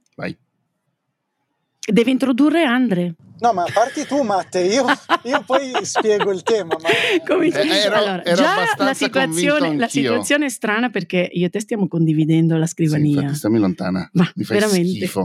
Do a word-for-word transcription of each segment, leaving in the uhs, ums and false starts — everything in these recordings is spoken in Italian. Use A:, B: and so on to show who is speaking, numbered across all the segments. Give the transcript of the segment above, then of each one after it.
A: Vai.
B: Deve introdurre Andre.
C: No, ma parti tu, Matte, io, io poi spiego il tema. Ma...
B: Come
A: eh, ero,
B: allora,
A: ero
B: già la situazione, la situazione è strana perché io e te stiamo condividendo la scrivania.
A: Sì, infatti stammi lontana,
B: ma
A: mi fai
B: veramente
A: schifo.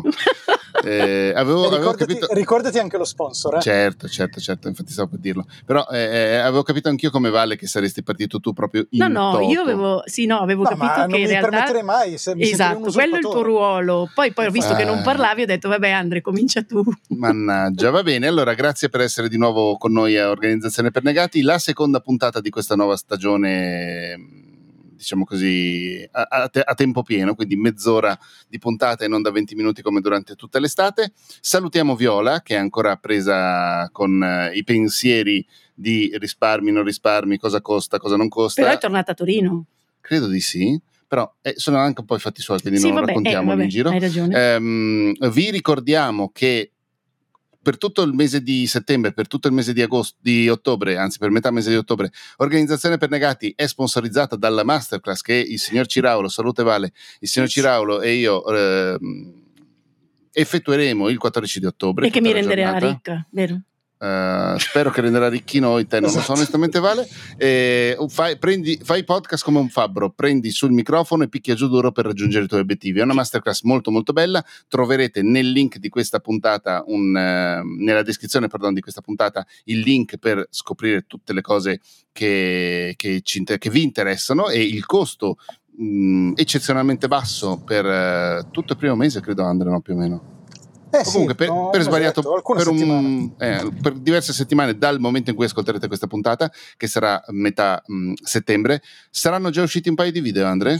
A: Eh, avevo,
C: ricordati,
A: avevo capito...
C: ricordati anche lo sponsor, eh?
A: Certo, certo, certo, infatti stavo per dirlo. Però eh, avevo capito anch'io come Vale che saresti partito tu proprio in
B: No, no,
A: toto.
B: io avevo, sì, no, avevo
C: no,
B: capito
C: ma
B: che
C: non
B: in
C: mi
B: realtà...
C: permetterei mai, se mi
B: esatto, quello è il tuo ruolo. Poi, poi ho visto
A: ah.
B: che non parlavi, ho detto, vabbè Andre, comincia tu.
A: Mannaggia, va bene, allora grazie per essere di nuovo con noi a Organizzazione per Negati, la seconda puntata di questa nuova stagione, diciamo così, a, a, te, a tempo pieno, quindi mezz'ora di puntata e non da venti minuti come durante tutta l'estate. Salutiamo Viola, che è ancora presa con uh, i pensieri di risparmi, non risparmi, cosa costa, cosa non costa.
B: Però è tornata a Torino.
A: Credo di sì. Però eh, sono anche un po' i fatti suoi, quindi
B: sì,
A: non
B: vabbè,
A: raccontiamoli
B: eh, vabbè,
A: in giro.
B: Hai ragione.
A: Um, vi ricordiamo che per tutto il mese di settembre, per tutto il mese di agosto, di ottobre, anzi per metà mese di ottobre, Organizzazione per Negati è sponsorizzata dalla Masterclass che il signor Ciraulo, salute Vale, il signor Ciraulo e io eh, effettueremo il quattordici di ottobre.
B: E che mi renderà
A: giornata.
B: ricca, vero?
A: Uh, spero che renderà ricchi noi, te non esatto. lo so onestamente Vale. Eh, fai, prendi, fai podcast come un fabbro, prendi sul microfono e picchia giù duro per raggiungere i tuoi obiettivi. È una masterclass molto molto bella, troverete nel link di questa puntata un, uh, nella descrizione pardon, di questa puntata il link per scoprire tutte le cose che, che, ci, che vi interessano e il costo mh, eccezionalmente basso per uh, tutto il primo mese, credo Andre, no più o meno.
C: Eh
A: comunque
C: sì,
A: per,
C: no,
A: per svariato per, un,
C: eh,
A: per diverse settimane dal momento in cui ascolterete questa puntata, che sarà metà mh, settembre, saranno già usciti un paio di video, Andre?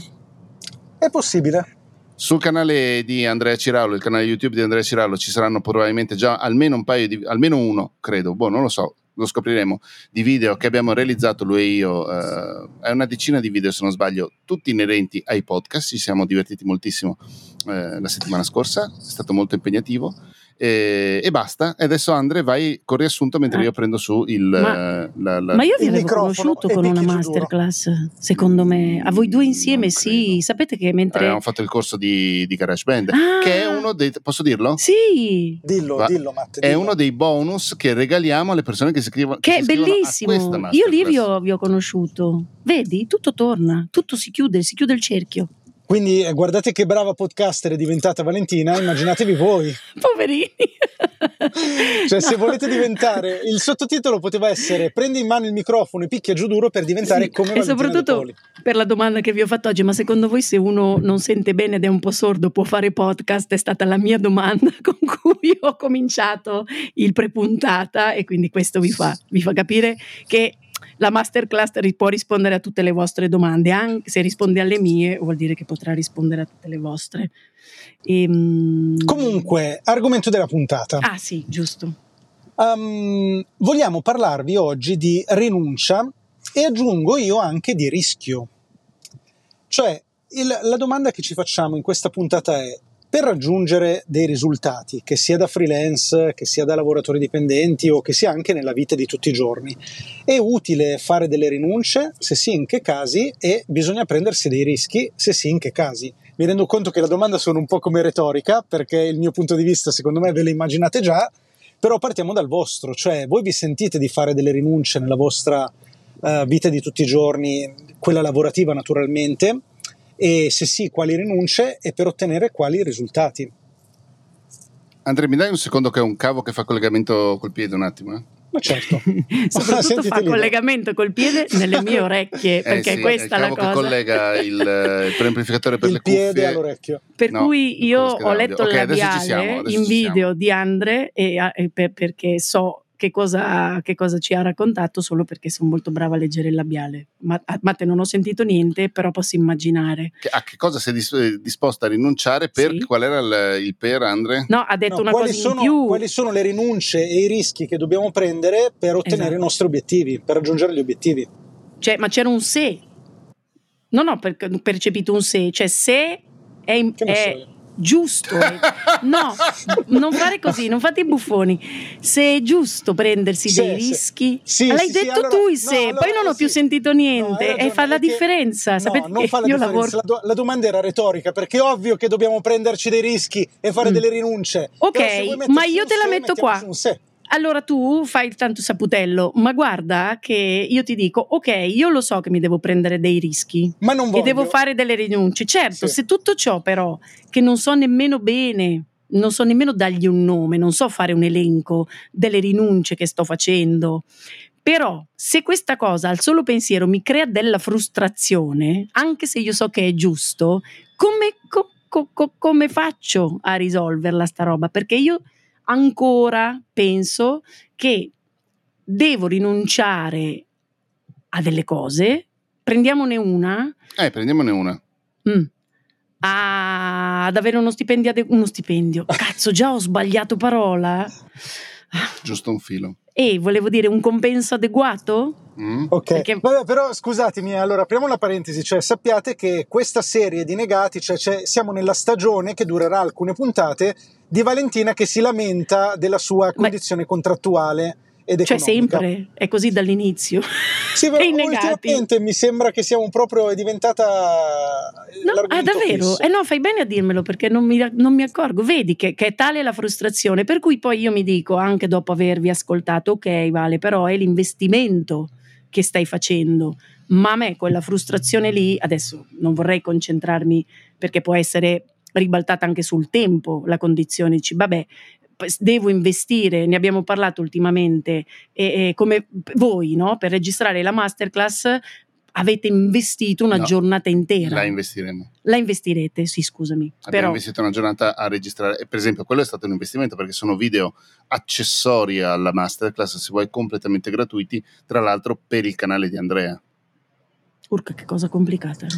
C: È possibile.
A: Sul canale di Andrea Ciraulo, il canale YouTube di Andrea Ciraulo, ci saranno probabilmente già almeno un paio di almeno uno, credo, boh, non lo so, lo scopriremo, di video che abbiamo realizzato lui e io, eh, è una decina di video se non sbaglio, tutti inerenti ai podcast. Ci siamo divertiti moltissimo eh, la settimana scorsa, è stato molto impegnativo e, e basta. E adesso Andre vai con riassunto mentre ah. io prendo su il
B: ma,
A: la, la,
B: ma io vi avevo conosciuto con una masterclass duro. Secondo me a voi due insieme sì, sapete che mentre
A: abbiamo fatto il corso di, di GarageBand
B: ah.
A: che è uno dei, posso dirlo?
B: Sì,
C: dillo,
A: Va,
C: dillo Matte,
A: è
C: dillo.
A: uno dei bonus che regaliamo alle persone che si iscrivono,
B: che
A: che
B: è
A: si
B: bellissimo, io lì vi ho, vi ho conosciuto, vedi, tutto torna, tutto si chiude, si chiude il cerchio.
C: Quindi guardate che brava podcaster è diventata Valentina, immaginatevi voi.
B: Poverini.
C: Cioè no. Se volete diventare, il sottotitolo poteva essere prendi in mano il microfono e picchia giù duro per diventare sì, come Valentina
B: e soprattutto
C: De Poli.
B: Per la domanda che vi ho fatto oggi, ma secondo voi se uno non sente bene ed è un po' sordo può fare podcast? È stata la mia domanda con cui ho cominciato il prepuntata e quindi questo vi fa, vi fa capire che la masterclass può rispondere a tutte le vostre domande, anche se risponde alle mie vuol dire che potrà rispondere a tutte le vostre. E,
C: comunque, argomento della puntata.
B: Ah sì, giusto.
C: Um, vogliamo parlarvi oggi di rinuncia e aggiungo io anche di rischio. Cioè, il, la domanda che ci facciamo in questa puntata è: per raggiungere dei risultati, che sia da freelance, che sia da lavoratori dipendenti o che sia anche nella vita di tutti i giorni, è utile fare delle rinunce? Se sì, in che casi? E bisogna prendersi dei rischi? Se sì, in che casi? Mi rendo conto che la domanda suona un po' come retorica, perché il mio punto di vista, secondo me, ve lo immaginate già, però partiamo dal vostro, cioè voi vi sentite di fare delle rinunce nella vostra uh, vita di tutti i giorni, quella lavorativa naturalmente, e se sì, quali rinunce e per ottenere quali risultati?
A: Andrea, mi dai un secondo che è un cavo che fa collegamento col piede un attimo? Eh?
C: Ma certo.
B: Soprattutto fa libero. Collegamento col piede nelle mie orecchie, perché
A: eh sì,
B: questa è la cosa.
A: È il cavo che collega il, il preamplificatore per
C: il
A: le cuffie.
C: Il piede all'orecchio.
B: Per
C: no,
B: cui io ho letto
A: okay,
B: il labiale
A: siamo,
B: in video di Andre e, e per, perché so che cosa, che cosa ci ha raccontato, solo perché sono molto brava a leggere il labiale. Ma, ma te non ho sentito niente, però posso immaginare.
A: Che, a che cosa sei disposta a rinunciare? Per sì. Qual era il, il per, Andre?
B: No, ha detto
C: no,
B: una
C: quali
B: cosa
C: sono,
B: in più.
C: Quali sono le rinunce e i rischi che dobbiamo prendere per ottenere esatto. i nostri obiettivi, per raggiungere gli obiettivi?
B: Cioè, ma c'era un se. Non ho per, percepito un se, cioè se è, è giusto è, no, non fare così, non fate i buffoni. Se è giusto prendersi
C: Sì,
B: dei
C: sì.
B: rischi,
C: Sì,
B: l'hai
C: sì,
B: detto
C: sì, allora-
B: tu,
C: no,
B: se
C: allora,
B: poi non ho
C: sì.
B: più sentito
C: No,
B: niente
C: hai
B: e
C: ragione,
B: fa la
C: è che-
B: differenza.
C: no,
B: Sapete
C: non
B: che
C: fa la
B: io
C: differenza.
B: lavoro.
C: La, do- la domanda era retorica, perché è ovvio che dobbiamo prenderci dei rischi e fare
B: Mm.
C: delle rinunce.
B: Ok,
C: Però se vuoi
B: ma
C: metterci
B: io
C: un
B: te la
C: se,
B: metto
C: mettiamoci
B: qua.
C: un se.
B: Allora tu fai il tanto saputello, ma guarda che io ti dico, ok, io lo so che mi devo prendere dei rischi
C: Ma non
B: e
C: voglio.
B: devo fare delle rinunce. Certo,
C: Sì.
B: se tutto ciò però, che non so nemmeno bene, non so nemmeno dargli un nome, non so fare un elenco delle rinunce che sto facendo, però se questa cosa al solo pensiero mi crea della frustrazione, anche se io so che è giusto, come, co- co- co- come faccio a risolverla sta roba? Perché io ancora penso che devo rinunciare a delle cose, prendiamone una,
A: Eh, prendiamone una.
B: mm, a- ad avere uno stipendio, ade- uno stipendio, cazzo già ho sbagliato parola,
A: Giusto un filo.
B: e volevo dire un compenso adeguato?
A: Mm?
C: Ok,
B: Perché-
C: vabbè, però scusatemi, allora apriamo una parentesi, cioè sappiate che questa serie di negati, cioè, cioè, siamo nella stagione che durerà alcune puntate di Valentina che si lamenta della sua condizione contrattuale ed
B: Cioè
C: economica.
B: sempre, è così dall'inizio.
C: Sì, però
B: Dei negati.
C: ultimamente mi sembra che siamo proprio, è diventata
B: No, ah,
C: l'argomento
B: davvero?
C: fisso.
B: Eh no, fai bene a dirmelo perché non mi, non mi accorgo. Vedi che, che è tale la frustrazione, per cui poi io mi dico, anche dopo avervi ascoltato, ok, Vale, però è l'investimento che stai facendo. Ma a me quella frustrazione lì, adesso non vorrei concentrarmi perché può essere ribaltata anche sul tempo la condizione, dici, vabbè, devo investire, ne abbiamo parlato ultimamente, e, e come voi, no? Per registrare la masterclass avete investito una
A: No,
B: giornata intera.
A: La investiremo.
B: La investirete, sì, scusami.
A: Abbiamo
B: però
A: investito una giornata a registrare, e per esempio quello è stato un investimento perché sono video accessori alla masterclass, se vuoi, completamente gratuiti, tra l'altro per il canale di Andrea.
B: urca, che cosa complicata.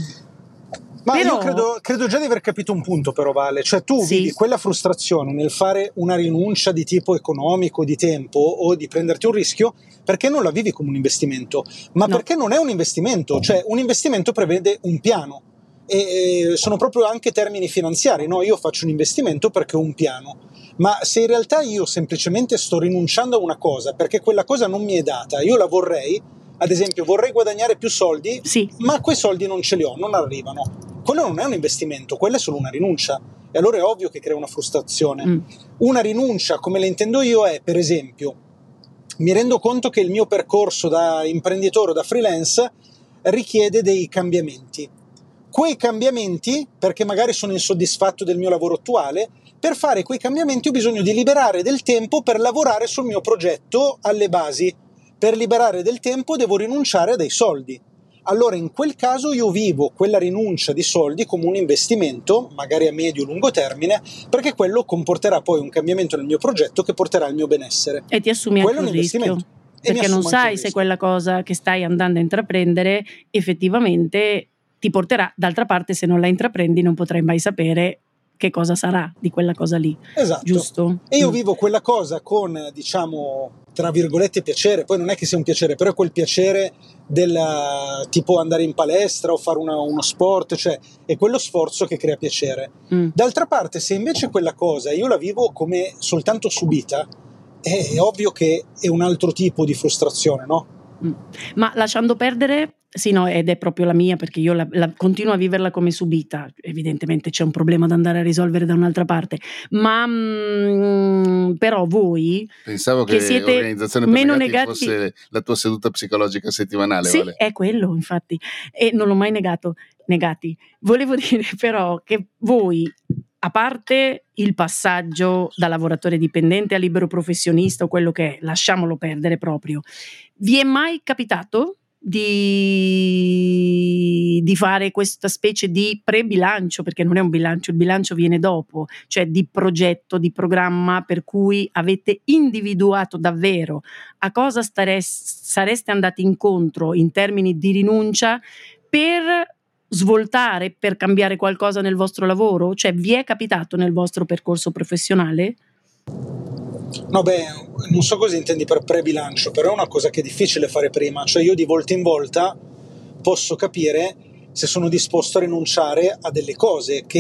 C: Ma
B: Però-
C: io credo, credo già di aver capito un punto però, Vale, cioè tu
B: Sì.
C: vivi quella frustrazione nel fare una rinuncia di tipo economico, di tempo o di prenderti un rischio perché non la vivi come un investimento, ma
B: No.
C: perché non è un investimento, cioè un investimento prevede un piano e, e sono proprio anche termini finanziari, no? Io faccio un investimento perché ho un piano, ma se in realtà io semplicemente sto rinunciando a una cosa perché quella cosa non mi è data, io la vorrei, ad esempio vorrei guadagnare più soldi,
B: Sì,
C: ma quei soldi non ce li ho, non arrivano. Quello non è un investimento, quella è solo una rinuncia. E allora è ovvio che crea una frustrazione.
B: mm,
C: Una rinuncia, come la intendo io, è, per esempio, mi rendo conto che il mio percorso da imprenditore o da freelance richiede dei cambiamenti. Quei cambiamenti, perché magari sono insoddisfatto del mio lavoro attuale, per fare quei cambiamenti ho bisogno di liberare del tempo per lavorare sul mio progetto alle basi. Per liberare del tempo devo rinunciare a dei soldi. Allora in quel caso io vivo quella rinuncia di soldi come un investimento, magari a medio-lungo termine, perché quello comporterà poi un cambiamento nel mio progetto che porterà al mio benessere.
B: e ti assumi
C: Quello
B: anche
C: è
B: un
C: un
B: rischio.
C: investimento. E mi
B: Perché non
C: assumo anche
B: sai
C: un
B: se
C: rischio.
B: quella cosa che stai andando a intraprendere effettivamente ti porterà, d'altra parte se non la intraprendi non potrai mai sapere che cosa sarà di quella cosa lì.
C: Esatto.
B: Giusto?
C: E io
B: Mm.
C: vivo quella cosa con, diciamo, tra virgolette piacere, poi non è che sia un piacere, però è quel piacere del tipo andare in palestra o fare una- uno sport, cioè è quello sforzo che crea piacere.
B: Mm.
C: D'altra parte, se invece quella cosa io la vivo come soltanto subita, è, è ovvio che è un altro tipo di frustrazione, no?
B: Mm. Ma lasciando perdere, sì, no, ed è proprio la mia perché io la, la- continuo a viverla come subita. Evidentemente c'è un problema da andare a risolvere da un'altra parte, ma mm, però voi
A: Pensavo
B: che
A: che
B: siete
A: Organizzazione per
B: meno
A: Negati
B: negati-
A: fosse la tua seduta psicologica settimanale,
B: sì,
A: Vale.
B: è quello, infatti, e non l'ho mai negato, negati. Volevo dire però che voi, a parte il passaggio da lavoratore dipendente a libero professionista o quello che è, lasciamolo perdere proprio, vi è mai capitato di, di fare questa specie di pre-bilancio, perché non è un bilancio, il bilancio viene dopo, cioè di progetto, di programma per cui avete individuato davvero a cosa stare- sareste andati incontro in termini di rinuncia per svoltare, per cambiare qualcosa nel vostro lavoro? Cioè vi è capitato nel vostro percorso professionale?
C: No, beh, non so cosa intendi per pre-bilancio, però è una cosa che è difficile fare prima, cioè io di volta in volta posso capire se sono disposto a rinunciare a delle cose che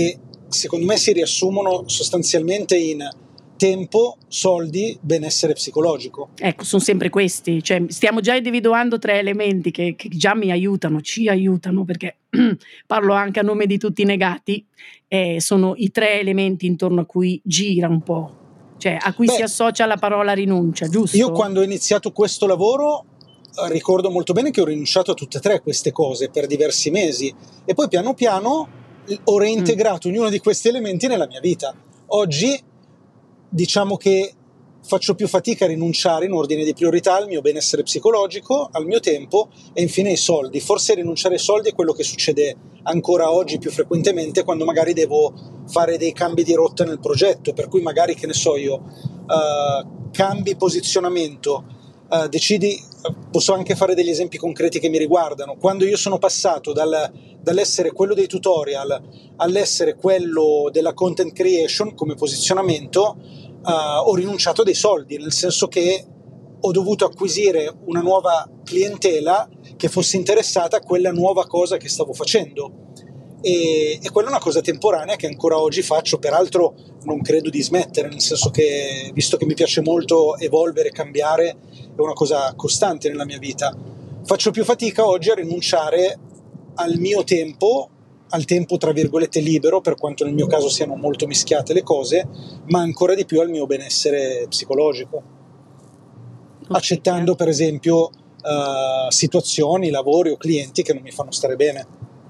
C: secondo me si riassumono sostanzialmente in tempo, soldi, benessere psicologico.
B: Ecco, sono sempre questi, cioè stiamo già individuando tre elementi che, che già mi aiutano, ci aiutano, perché parlo anche a nome di tutti i negati, eh, sono i tre elementi intorno a cui gira un po', cioè a cui
C: Beh,
B: si associa la parola rinuncia, giusto?
C: Io quando ho iniziato questo lavoro ricordo molto bene che ho rinunciato a tutte e tre queste cose per diversi mesi e poi piano piano ho reintegrato mm. ognuno di questi elementi nella mia vita. Oggi diciamo che faccio più fatica a rinunciare in ordine di priorità al mio benessere psicologico, al mio tempo e infine ai soldi. Forse rinunciare ai soldi è quello che succede ancora oggi più frequentemente quando magari devo fare dei cambi di rotta nel progetto, per cui magari, che ne so io, uh, cambi posizionamento, uh, decidi, posso anche fare degli esempi concreti che mi riguardano. Quando io sono passato dal, dall'essere quello dei tutorial all'essere quello della content creation come posizionamento, Uh, ho rinunciato a dei soldi, nel senso che ho dovuto acquisire una nuova clientela che fosse interessata a quella nuova cosa che stavo facendo e, e quella è una cosa temporanea che ancora oggi faccio, peraltro non credo di smettere, nel senso che visto che mi piace molto evolvere, cambiare, è una cosa costante nella mia vita. Faccio più fatica oggi a rinunciare al mio tempo, al tempo tra virgolette libero, per quanto nel mio caso siano molto mischiate le cose, ma ancora di più al mio benessere psicologico, okay, accettando per esempio uh, situazioni, lavori o clienti che non mi fanno stare bene.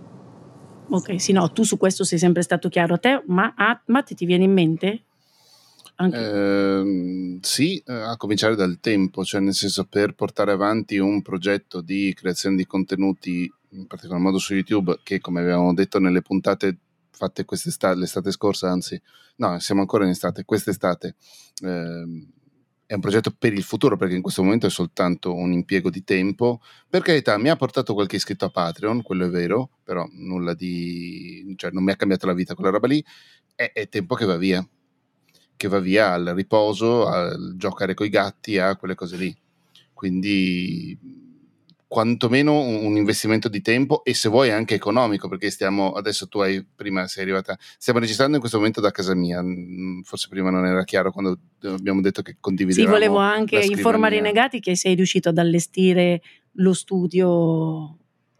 B: Ok, sì, no, tu su questo sei sempre stato chiaro. A te, ma a Matti, ti viene in mente? Anche...
A: Eh, sì, a cominciare dal tempo, cioè nel senso, per portare avanti un progetto di creazione di contenuti in particolar modo su YouTube, che come avevamo detto nelle puntate fatte quest'estate, l'estate scorsa, anzi no, siamo ancora in estate, quest'estate, eh, è un progetto per il futuro, perché in questo momento è soltanto un impiego di tempo. Per carità, mi ha portato qualche iscritto a Patreon, quello è vero, però nulla di, cioè non mi ha cambiato la vita quella roba lì. È, è tempo che va via che va via al riposo, al giocare coi gatti, a quelle cose lì. Quindi quantomeno un investimento di tempo e se vuoi anche economico, perché stiamo adesso tu hai prima sei arrivata stiamo registrando in questo momento da casa mia, forse prima non era chiaro quando abbiamo detto che condividevamo.
B: Sì, volevo anche informare i negati che sei riuscito ad allestire lo studio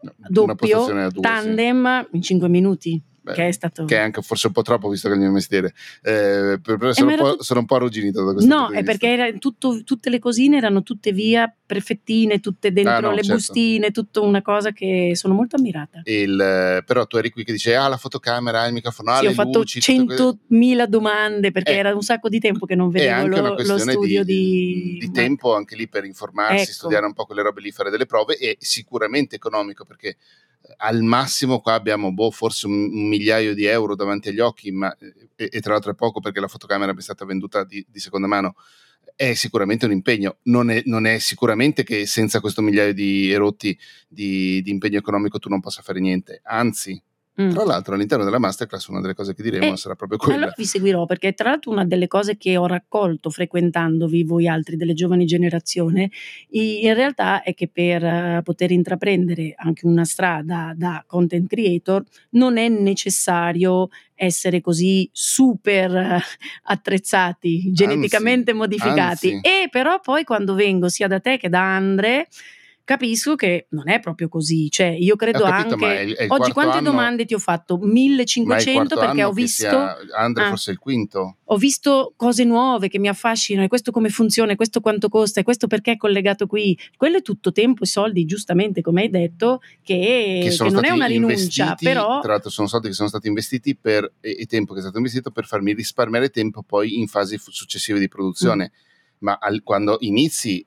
B: doppio due, tandem sì. in cinque minuti.
A: Beh,
B: che è stato
A: che è anche forse un po' troppo visto che è il mio mestiere, eh, per, per sono, un po', tu... sono un po' arrugginito da questo
B: no,
A: punto di
B: è
A: vista.
B: perché era tutto, tutte le cosine erano tutte via prefettine, tutte dentro ah, no, le certo. bustine, tutta una cosa che sono molto ammirata.
A: Il, però tu eri qui che dicevi ah la fotocamera, il microfono, ah,
B: sì,
A: le
B: ho fatto
A: luci,
B: centomila domande perché
A: eh,
B: era un sacco di tempo che non vedevo lo, lo studio di,
A: di, di tempo anche lì per informarsi, ecco. studiare un po' quelle robe lì, fare delle prove, e sicuramente economico, perché al massimo qua abbiamo boh, forse un, un migliaio di euro davanti agli occhi, ma, e, e tra l'altro è poco perché la fotocamera è stata venduta di, di seconda mano. È sicuramente un impegno, non è, non è sicuramente che senza questo migliaio di erotti di, di impegno economico tu non possa fare niente, anzi. Mm. Tra l'altro all'interno della masterclass una delle cose che diremo
B: eh,
A: sarà proprio quella.
B: Allora vi seguirò, perché tra l'altro una delle cose che ho raccolto frequentandovi voi altri delle giovani generazione in realtà è che per uh, poter intraprendere anche una strada da content creator non è necessario essere così super uh, attrezzati, geneticamente
A: anzi,
B: modificati
A: anzi.
B: E però poi quando vengo sia da te che da Andre capisco che non è proprio così, cioè io credo
A: capito,
B: anche
A: è il, è il
B: oggi quante
A: anno,
B: domande ti ho fatto? millecinquecento perché ho visto
A: Andre
B: ah,
A: forse il quinto
B: ho visto cose nuove che mi affascinano, e questo come funziona, e questo quanto costa, e questo perché è collegato qui. Quello è tutto tempo e soldi, giustamente come hai detto, che,
A: che,
B: che non è una rinuncia, però
A: tra l'altro sono soldi che sono stati investiti per, e, e tempo che è stato investito per farmi risparmiare tempo poi in fasi f- successive di produzione, mm. ma al, quando inizi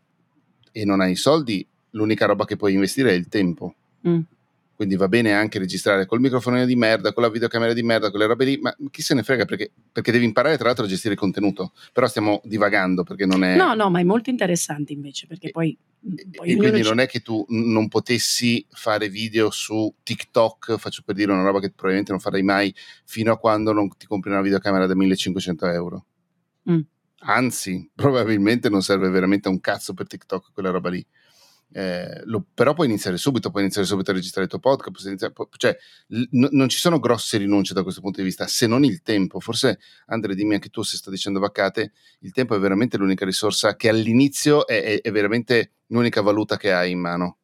A: e non hai i soldi, l'unica roba che puoi investire è il tempo. Mm. Quindi va bene anche registrare col microfono di merda, con la videocamera di merda, con le robe lì, ma chi se ne frega, perché, perché devi imparare tra l'altro a gestire il contenuto. Però stiamo divagando perché non è...
B: No, no, ma è molto interessante invece, perché poi...
A: E, poi e quindi non c- è che tu non potessi fare video su TikTok, faccio per dire una roba che probabilmente non farai mai, fino a quando non ti compri una videocamera da millecinquecento euro. Mm. Anzi, probabilmente non serve veramente a un cazzo per TikTok quella roba lì. Eh, lo, però puoi iniziare subito, puoi iniziare subito a registrare il tuo podcast, puoi iniziare, cioè l- n- non ci sono grosse rinunce da questo punto di vista, se non il tempo. Forse, Andre, dimmi anche tu se sto dicendo vaccate, il tempo è veramente l'unica risorsa che all'inizio è, è, è veramente l'unica valuta che hai in mano.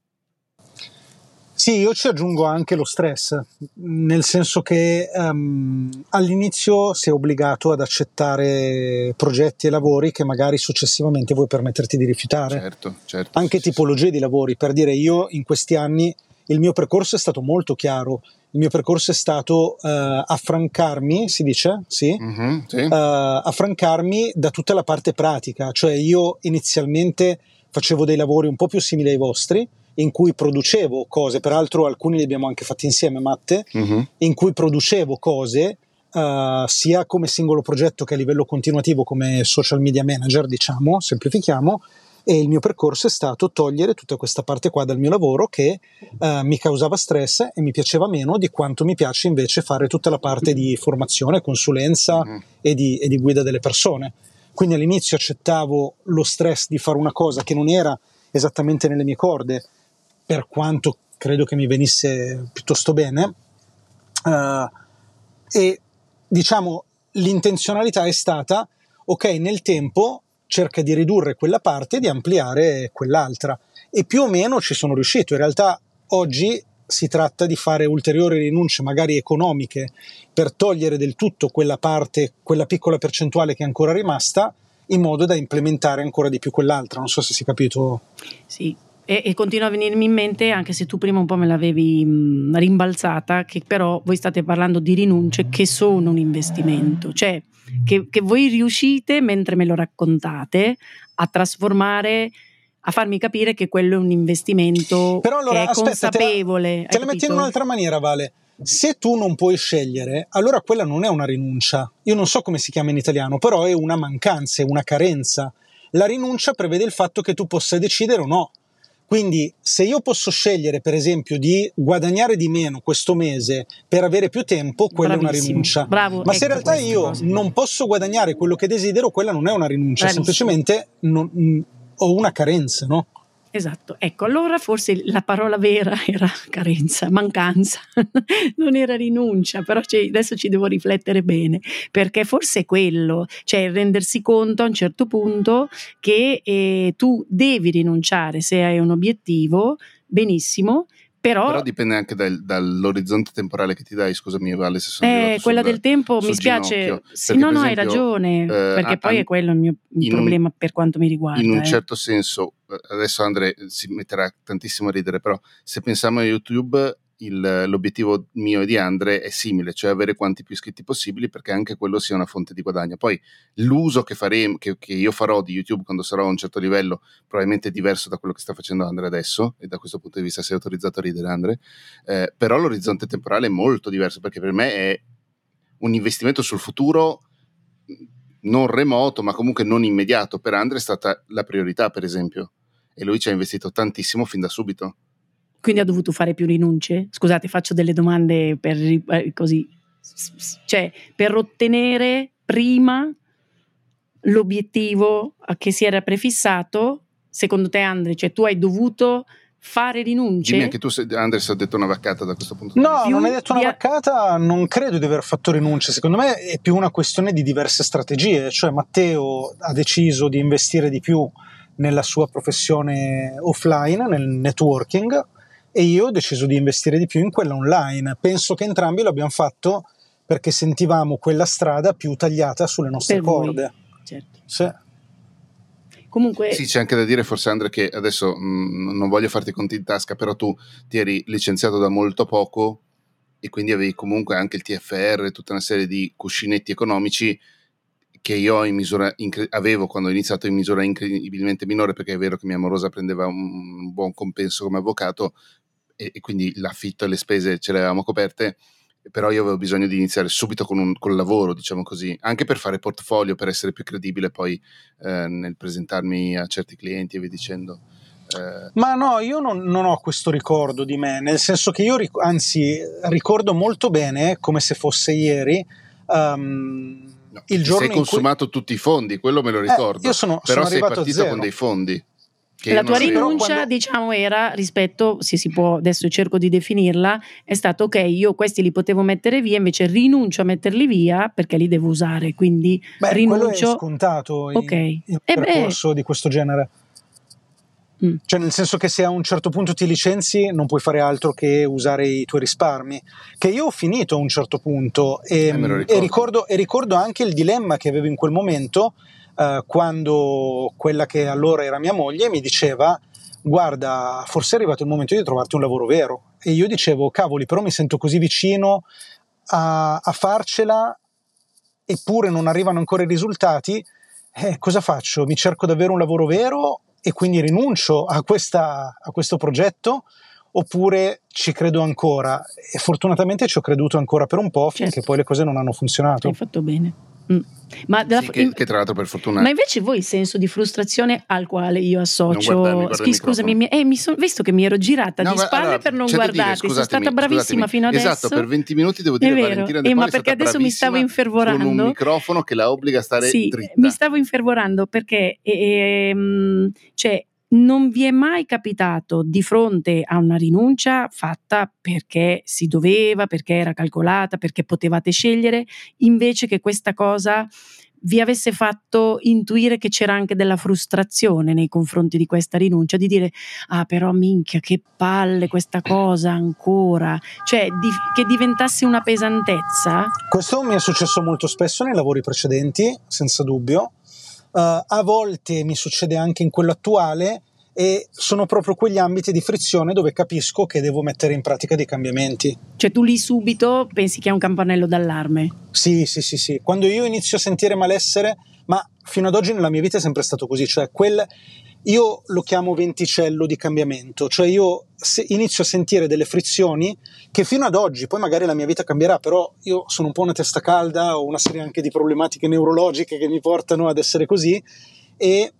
C: Sì, io ci aggiungo anche lo stress, nel senso che um, all'inizio sei obbligato ad accettare progetti e lavori che magari successivamente vuoi permetterti di rifiutare.
A: Certo, certo.
C: Anche tipologie di lavori, per dire, io in questi anni il mio percorso è stato molto chiaro, il mio percorso è stato uh, affrancarmi, si dice? Sì?
A: Mm-hmm, sì.
C: Uh, affrancarmi da tutta la parte pratica, cioè io inizialmente facevo dei lavori un po' più simili ai vostri, in cui producevo cose, peraltro alcuni li abbiamo anche fatti insieme, Matte,
A: mm-hmm.
C: in cui producevo cose uh, sia come singolo progetto che a livello continuativo come social media manager, diciamo, semplifichiamo, e il mio percorso è stato togliere tutta questa parte qua dal mio lavoro che uh, mi causava stress e mi piaceva meno di quanto mi piace invece fare tutta la parte di formazione, consulenza mm-hmm. e, di, e di guida delle persone. Quindi all'inizio accettavo lo stress di fare una cosa che non era esattamente nelle mie corde, per quanto credo che mi venisse piuttosto bene, uh, e diciamo l'intenzionalità è stata, ok, nel tempo cerca di ridurre quella parte e di ampliare quell'altra, e più o meno ci sono riuscito. In realtà oggi si tratta di fare ulteriori rinunce magari economiche per togliere del tutto quella parte, quella piccola percentuale che è ancora rimasta, in modo da implementare ancora di più quell'altra. Non so se si è capito.
B: Sì. E, e continua a venirmi in mente, anche se tu prima un po' me l'avevi mh, rimbalzata, che però voi state parlando di rinunce che sono un investimento, cioè che, che voi riuscite, mentre me lo raccontate, a trasformare, a farmi capire che quello è un investimento
C: però allora,
B: che è
C: aspetta,
B: consapevole.
C: Te la, te la metti in un'altra maniera, Vale. Se tu non puoi scegliere, allora quella non è una rinuncia. Io non so come si chiama in italiano, però è una mancanza, è una carenza. La rinuncia prevede il fatto che tu possa decidere o no. Quindi se io posso scegliere per esempio di guadagnare di meno questo mese per avere più tempo, quella
B: Bravissimo.
C: è una rinuncia.
B: Bravo,
C: ma se in
B: ecco
C: realtà io
B: cose.
C: non posso guadagnare quello che desidero, quella non è una rinuncia.
B: Bravissimo.
C: Semplicemente non, mh, ho una carenza, no?
B: Esatto, ecco, allora forse la parola vera era carenza, mancanza, non era rinuncia, però adesso ci devo riflettere bene, perché forse è quello, cioè rendersi conto a un certo punto che eh, tu devi rinunciare se hai un obiettivo, benissimo, però,
A: però dipende anche dal, dall'orizzonte temporale che ti dai. Scusami Vale se sono
B: eh, quella
A: sul,
B: del tempo mi spiace, sì, no no hai ragione, eh, perché eh, poi an- è quello il mio problema un, per quanto mi riguarda.
A: In un
B: eh.
A: certo senso, adesso Andre si metterà tantissimo a ridere, però se pensiamo a YouTube, il, l'obiettivo mio e di Andre è simile, cioè avere quanti più iscritti possibili, perché anche quello sia una fonte di guadagno. Poi l'uso che faremo, che, che io farò di YouTube quando sarò a un certo livello, probabilmente è diverso da quello che sta facendo Andre adesso, e da questo punto di vista sei autorizzato a ridere, Andre, eh, però l'orizzonte temporale è molto diverso, perché per me è un investimento sul futuro non remoto, ma comunque non immediato. Per Andre è stata la priorità, per esempio, e lui ci ha investito tantissimo fin da subito.
B: Quindi ha dovuto fare più rinunce? Scusate, faccio delle domande per eh, così, cioè per ottenere prima l'obiettivo che si era prefissato. Secondo te, Andre, cioè tu hai dovuto fare rinunce?
A: Dimmi anche tu se Andres ha detto una vaccata da questo punto
C: no,
A: di vista.
C: No, non hai detto una via... vaccata, non credo di aver fatto rinunce. Secondo me è più una questione di diverse strategie. Cioè Matteo ha deciso di investire di più nella sua professione offline, nel networking, e io ho deciso di investire di più in quella online. Penso che entrambi lo abbiamo fatto perché sentivamo quella strada più tagliata sulle nostre
B: per
C: corde.
B: Voi. Certo.
C: Sì.
B: Comunque...
A: Sì, c'è anche da dire forse Andre che adesso mh, non voglio farti conti in tasca, però tu ti eri licenziato da molto poco e quindi avevi comunque anche il T F R, tutta una serie di cuscinetti economici che io in misura incre- avevo quando ho iniziato in misura incredibilmente minore, perché è vero che mia amorosa prendeva un, un buon compenso come avvocato e, e quindi l'affitto e le spese ce le avevamo coperte, però io avevo bisogno di iniziare subito con un col lavoro, diciamo così, anche per fare portfolio, per essere più credibile poi eh, nel presentarmi a certi clienti e via dicendo. Eh.
C: Ma no, io non, non ho questo ricordo di me, nel senso che io ric- anzi ricordo molto bene, come se fosse ieri, um,
A: no,
C: il giorno
A: sei
C: in
A: consumato
C: cui...
A: tutti i fondi, quello me lo ricordo,
C: eh, io sono,
A: però
C: sono
A: sei
C: arrivato
A: partito
C: a zero.
A: con dei fondi. Che
B: la tua
A: non-
B: rinuncia,
C: quando-
B: diciamo, era rispetto, se si può, adesso cerco di definirla, è stato ok, io questi li potevo mettere via, invece rinuncio a metterli via perché li devo usare, quindi
C: Beh, quello è
B: rinuncio.
C: scontato in,
B: Ok.
C: in un
B: Eh beh.
C: percorso di questo genere.
B: Mm.
C: Cioè, nel senso che se a un certo punto ti licenzi non puoi fare altro che usare i tuoi risparmi, che io ho finito a un certo punto e,
A: Eh, me lo
C: e
A: ricordo.
C: ricordo, e ricordo anche il dilemma che avevo in quel momento, eh, quando quella che allora era mia moglie mi diceva: guarda, forse è arrivato il momento di trovarti un lavoro vero. E io dicevo: cavoli, però mi sento così vicino a, a farcela eppure non arrivano ancora i risultati. Eh, cosa faccio? Mi cerco davvero un lavoro vero e quindi rinuncio a, questa, a questo progetto, oppure ci credo ancora? E fortunatamente ci ho creduto ancora per un po', finché
B: Certo.
C: poi le cose non hanno funzionato.
B: Hai fatto bene. Mm. Ma, della-
A: Sì, che, che tra l'altro per fortuna
B: ma invece voi il senso di frustrazione al quale io associo,
A: Non guardarmi, guarda il
B: Schi- scusami,
A: microfono.
B: mi, eh, mi son, visto che mi ero girata
A: No,
B: di
A: ma
B: spalle
A: allora,
B: per non
A: c'è da dire,
B: guardarti, sono
A: scusatemi,
B: stata bravissima
A: scusatemi.
B: fino adesso.
A: Esatto, per venti minuti devo
B: È
A: dire
B: vero.
A: Valentina De
B: Eh, ma
A: Poli è
B: perché
A: stata
B: adesso mi stavo
A: bravissima
B: infervorando.
A: con un microfono che la obbliga a stare
B: Sì,
A: dritta.
B: mi stavo infervorando perché ehm, cioè, non vi è mai capitato di fronte a una rinuncia fatta perché si doveva, perché era calcolata, perché potevate scegliere, invece che questa cosa vi avesse fatto intuire che c'era anche della frustrazione nei confronti di questa rinuncia, di dire ah però minchia che palle questa cosa ancora, cioè di, che diventasse una pesantezza.
C: Questo mi è successo molto spesso nei lavori precedenti, senza dubbio. Uh, a volte mi succede anche in quello attuale, e sono proprio quegli ambiti di frizione dove capisco che devo mettere in pratica dei cambiamenti.
B: Cioè tu lì subito pensi che è un campanello d'allarme.
C: Sì, sì, sì, sì. Quando io inizio a sentire malessere, ma fino ad oggi nella mia vita è sempre stato così, cioè quel, io lo chiamo venticello di cambiamento, cioè io se inizio a sentire delle frizioni che fino ad oggi, poi magari la mia vita cambierà, però io sono un po' una testa calda, ho una serie anche di problematiche neurologiche che mi portano ad essere così, e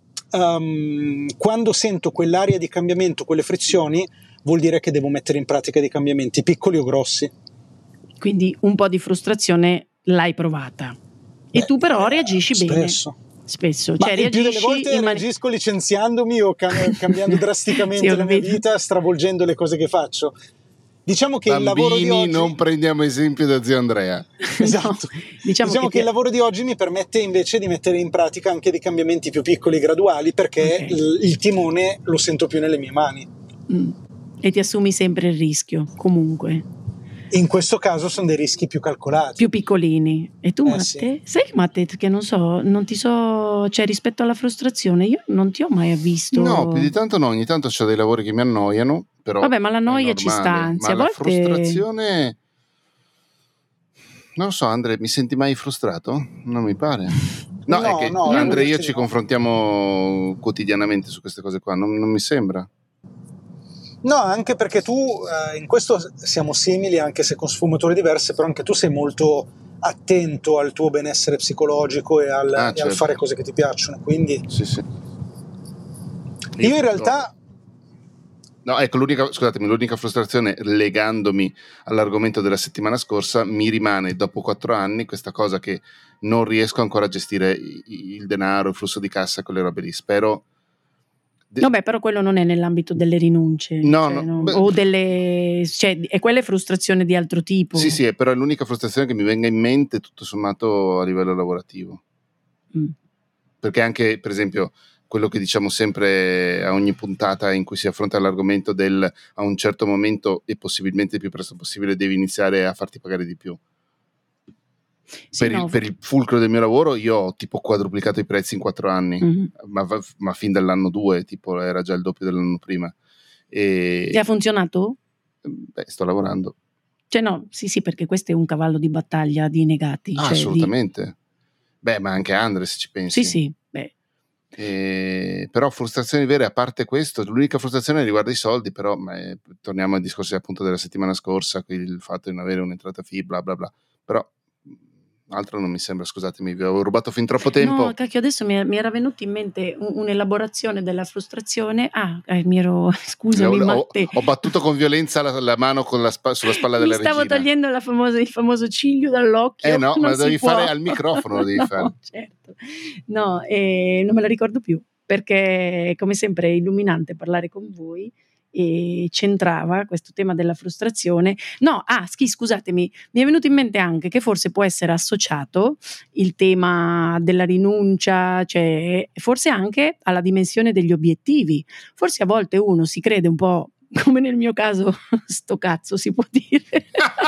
C: um, quando sento quell'area di cambiamento, quelle frizioni, vuol dire che devo mettere in pratica dei cambiamenti, piccoli o grossi.
B: Quindi un po' di frustrazione l'hai provata. E
C: Beh,
B: tu però reagisci
C: spesso.
B: bene. Spesso.
C: Ma
B: Cioè
C: il più delle
B: reagisci
C: volte
B: in mani-
C: reagisco licenziandomi o cam- cambiando drasticamente
B: Sì, ho
C: la mia
B: capito.
C: vita, stravolgendo le cose che faccio. Diciamo che il lavoro di
A: Bambini,
C: oggi...
A: non prendiamo esempio da zio Andrea.
C: Esatto.
B: No, diciamo,
C: Diciamo che,
B: che,
C: il lavoro di oggi mi permette invece di mettere in pratica anche dei cambiamenti più piccoli e graduali, perché
B: Ok.
C: il, il timone lo sento più nelle mie mani.
B: Mm. E ti assumi sempre il rischio, comunque.
C: In questo caso sono dei rischi più calcolati.
B: Più piccolini. E tu,
C: Eh,
B: Matte?
C: sì.
B: Sai che Matte, che non so, non ti so, cioè rispetto alla frustrazione, io non ti ho mai visto.
A: No, più di tanto no, ogni tanto c'ho dei lavori che mi annoiano, però
B: Vabbè, ma la
A: è
B: noia ci sta,
A: normale.
B: anzi,
A: Ma
B: a
A: la
B: volte-
A: frustrazione... Non so, Andrea, mi senti mai frustrato? Non mi pare. No,
C: No,
A: è che
C: no,
A: Andrea e io
C: invece
A: ci
C: no.
A: confrontiamo quotidianamente su queste cose qua, non, non mi sembra.
C: No, anche perché tu, eh, in questo siamo simili, anche se con sfumature diverse, però anche tu sei molto attento al tuo benessere psicologico e al,
A: Ah,
C: e al
A: certo.
C: fare cose che ti piacciono. Quindi
A: Sì, sì.
C: io in realtà...
A: No, ecco, l'unica, scusatemi, l'unica frustrazione, legandomi all'argomento della settimana scorsa, mi rimane dopo quattro anni questa cosa che non riesco ancora a gestire i- il denaro, il flusso di cassa, quelle robe lì. Spero... de-
B: Vabbè, però quello non è nell'ambito delle rinunce.
A: No,
B: cioè,
A: no,
B: non-
A: beh-
B: o delle... Cioè, è quella è frustrazione di altro tipo.
A: Sì, sì, però è l'unica frustrazione che mi venga in mente tutto sommato a livello lavorativo.
B: Mm.
A: Perché anche, per esempio, quello che diciamo sempre a ogni puntata in cui si affronta l'argomento del a un certo momento e possibilmente il più presto possibile devi iniziare a farti pagare di più.
B: Sì,
A: per,
B: no,
A: il, per il fulcro del mio lavoro io ho tipo quadruplicato i prezzi in quattro anni,
B: Mhm.
A: ma, ma fin dall'anno due, tipo era già il doppio dell'anno prima. E,
B: Ti ha funzionato?
A: beh, sto lavorando.
B: Cioè no, sì sì, perché questo è un cavallo di battaglia di negati.
A: Ah,
B: cioè di-
A: assolutamente. Beh, ma anche Andre, se ci pensi.
B: Sì, sì, beh.
A: E, però frustrazioni vere, a parte questo, l'unica frustrazione riguarda i soldi, però ma è, torniamo ai discorsi appunto della settimana scorsa, il fatto di non avere un'entrata F I, bla bla bla, però altro non mi sembra, scusatemi, vi avevo rubato fin troppo tempo.
B: No, cacchio, adesso mi, mi era venuta in mente un- un'elaborazione della frustrazione. Ah, eh, mi ero, scusami,
A: ho,
B: Matte.
A: ho battuto con violenza la, la mano con la spa, sulla spalla
B: Mi
A: della
B: stavo
A: regina.
B: togliendo la famosa, il famoso ciglio dall'occhio.
A: Eh no,
B: non
A: ma lo
B: si
A: devi
B: può.
A: fare al microfono, lo devi
B: No,
A: fare.
B: certo. No, eh, non me la ricordo più. perché come sempre è illuminante parlare con voi e centrava questo tema della frustrazione. No, ah, schi, scusatemi, mi è venuto in mente anche che forse può essere associato il tema della rinuncia, cioè forse anche alla dimensione degli obiettivi. Forse a volte uno si crede un po', come nel mio caso, sto cazzo si può dire.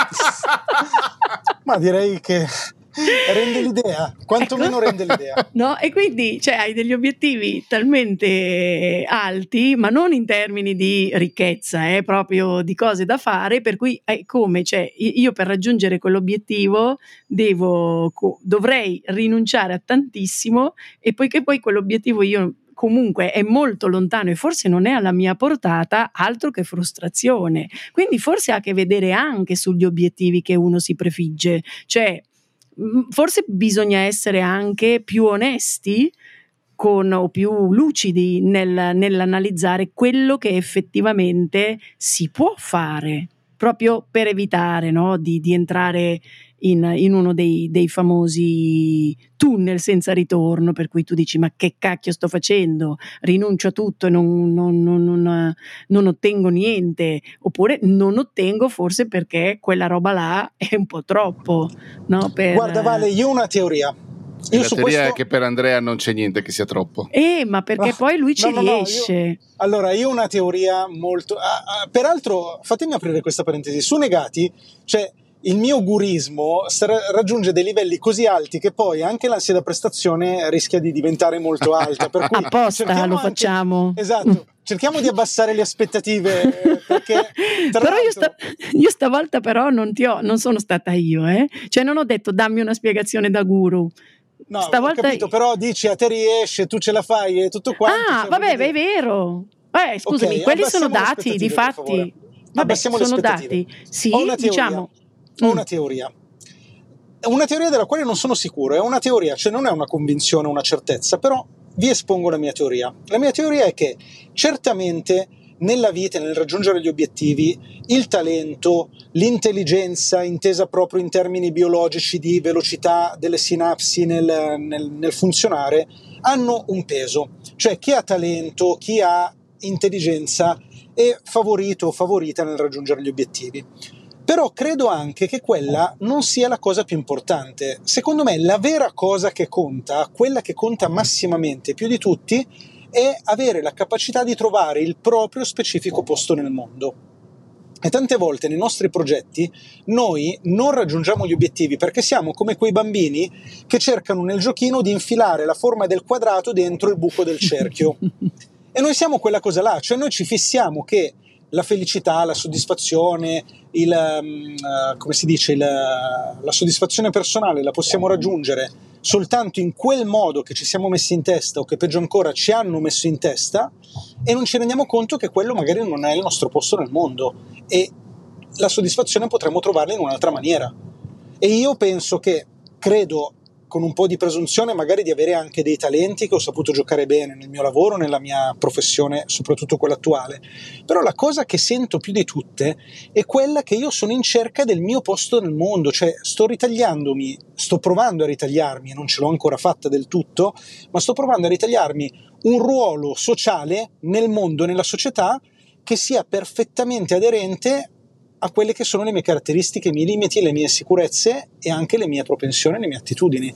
C: Ma direi che rende l'idea, quantomeno ecco. rende l'idea.
B: No? E quindi cioè, hai degli obiettivi talmente alti, ma non in termini di ricchezza, eh, proprio di cose da fare, per cui è come, cioè, io per raggiungere quell'obiettivo devo, dovrei rinunciare a tantissimo, e poiché poi quell'obiettivo io comunque è molto lontano e forse non è alla mia portata, altro che frustrazione. Quindi forse ha a che vedere anche sugli obiettivi che uno si prefigge, cioè forse bisogna essere anche più onesti con, o più lucidi nel, nell'analizzare quello che effettivamente si può fare, proprio per evitare, no, di, di entrare in, in uno dei, dei famosi tunnel senza ritorno, per cui tu dici ma che cacchio sto facendo, rinuncio a tutto e non, non, non, non, non ottengo niente, oppure non ottengo forse perché quella roba là è un po' troppo, no? Per...
C: Guarda Vale, io ho una teoria.
A: Io la
C: su
A: teoria
C: questo...
A: è che per Andrea non c'è niente che sia troppo.
B: Eh, ma perché no, poi lui ci
C: no, no,
B: riesce.
C: No, io... Allora, io ho una teoria molto... Ah, ah, peraltro, fatemi aprire questa parentesi. Su Negati, cioè, il mio gurismo raggiunge dei livelli così alti che poi anche l'ansia da prestazione rischia di diventare molto alta. Per cui
B: apposta lo anche... facciamo.
C: Esatto. Cerchiamo di abbassare le aspettative, perché
B: però io, sta, io stavolta però non ti ho, non sono stata io, eh? Cioè non ho detto dammi una spiegazione da guru.
C: No,
B: stavolta...
C: ho capito, però dici a te riesce, tu ce la fai e tutto quanto.
B: Ah, vabbè, beh, è vero. Eh, scusami, okay, quelli sono dati, di fatti. Vabbè, sono dati. Sì,
C: ho una teoria,
B: diciamo.
C: Ho una teoria. Una teoria della quale non sono sicuro, è una teoria, cioè non è una convinzione, una certezza, però vi espongo la mia teoria. La mia teoria è che certamente nella vita, nel raggiungere gli obiettivi, il talento, l'intelligenza intesa proprio in termini biologici di velocità delle sinapsi nel, nel, nel funzionare, hanno un peso. Cioè chi ha talento, chi ha intelligenza è favorito o favorita nel raggiungere gli obiettivi. Però credo anche che quella non sia la cosa più importante. Secondo me la vera cosa che conta, quella che conta massimamente più di tutti, è avere la capacità di trovare il proprio specifico posto nel mondo. E tante volte nei nostri progetti noi non raggiungiamo gli obiettivi perché siamo come quei bambini che cercano nel giochino di infilare la forma del quadrato dentro il buco del cerchio. E noi siamo quella cosa là, cioè noi ci fissiamo che la felicità, la soddisfazione, il, uh, come si dice, il, la soddisfazione personale la possiamo raggiungere soltanto in quel modo che ci siamo messi in testa, o che peggio ancora ci hanno messo in testa, e non ci rendiamo conto che quello magari non è il nostro posto nel mondo e la soddisfazione potremmo trovarla in un'altra maniera. E io penso che, credo con un po' di presunzione magari di avere anche dei talenti che ho saputo giocare bene nel mio lavoro, nella mia professione, soprattutto quella attuale. Però la cosa che sento più di tutte è quella che io sono in cerca del mio posto nel mondo, cioè sto ritagliandomi, sto provando a ritagliarmi, non ce l'ho ancora fatta del tutto, ma sto provando a ritagliarmi un ruolo sociale nel mondo, nella società, che sia perfettamente aderente a quelle che sono le mie caratteristiche, i miei limiti, le mie sicurezze e anche le mie propensioni, le mie attitudini.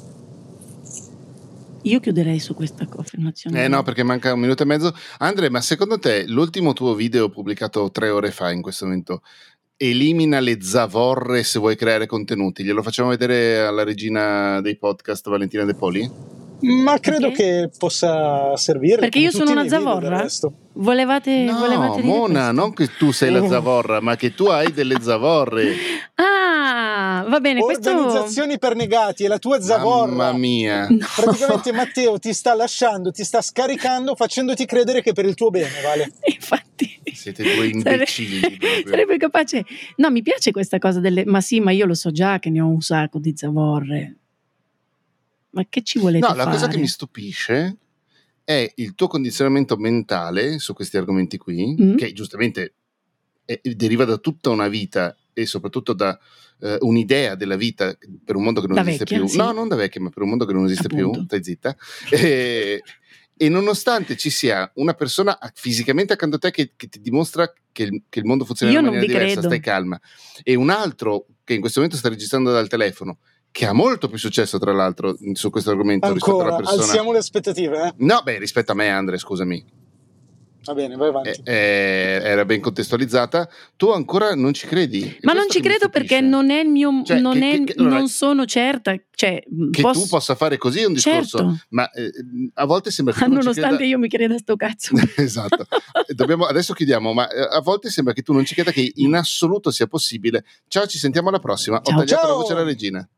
B: Io chiuderei su questa affermazione.
A: Eh no, perché manca un minuto e mezzo. Andre, ma secondo te l'ultimo tuo video pubblicato tre ore fa in questo momento elimina le zavorre se vuoi creare contenuti? Glielo facciamo vedere alla regina dei podcast, Valentina De Poli?
C: Ma credo okay. che possa servire.
B: Perché io sono una zavorra? Volevate,
A: no,
B: volevate dire
A: Mona,
B: questo?
A: Non che tu sei la zavorra, ma che tu hai delle zavorre.
B: Ah, va bene.
C: Organizzazioni
B: questo...
C: per negati, è la tua zavorra.
A: Mamma mia.
C: No. Praticamente Matteo ti sta lasciando, ti sta scaricando, facendoti credere che per il tuo bene, Vale.
B: Infatti.
A: Siete due imbecilli.
B: Sarebbe, sarebbe capace. No, mi piace questa cosa delle... Ma sì, ma io lo so già che ne ho un sacco di zavorre. Ma che ci volete
A: no,
B: fare?
A: No, la cosa che mi stupisce è il tuo condizionamento mentale su questi argomenti qui, mm. che giustamente è, deriva da tutta una vita e soprattutto da uh, un'idea della vita per un mondo che non
B: da
A: esiste
B: vecchia,
A: più.
B: Sì.
A: No, non da vecchia, ma per un mondo che non esiste
B: Appunto.
A: più, stai zitta. E E nonostante ci sia una persona fisicamente accanto a te che, che ti dimostra che il, che il mondo funziona
B: Io
A: in una
B: non
A: maniera
B: vi
A: diversa,
B: credo.
A: stai calma, e un altro che in questo momento sta registrando dal telefono, che ha molto più successo tra l'altro su questo argomento rispetto
C: Ancora,
A: alla persona.
C: alziamo le aspettative, eh?
A: No, beh, rispetto a me, Andre, scusami.
C: Va bene, vai avanti.
A: Eh, eh, era ben contestualizzata. Tu ancora non ci credi? È
B: Ma non
A: questo
B: ci
A: che mi
B: credo
A: stupisce.
B: perché non è il mio,
A: Cioè,
B: non,
A: che-
B: è,
A: che- che- allora,
B: non sono certa. Cioè,
A: che
B: posso-
A: tu possa fare così è un discorso,
B: Certo.
A: ma eh, a volte sembra che
B: Ma
A: tu non ci
B: nonostante
A: creda.
B: io mi creda sto cazzo.
A: Esatto. Dobbiamo, adesso chiudiamo, ma eh, a volte sembra che tu non ci creda che in assoluto sia possibile. Ciao, ci sentiamo alla prossima. Ho
B: Ciao.
A: tagliato la
C: Ciao.
A: voce alla regina.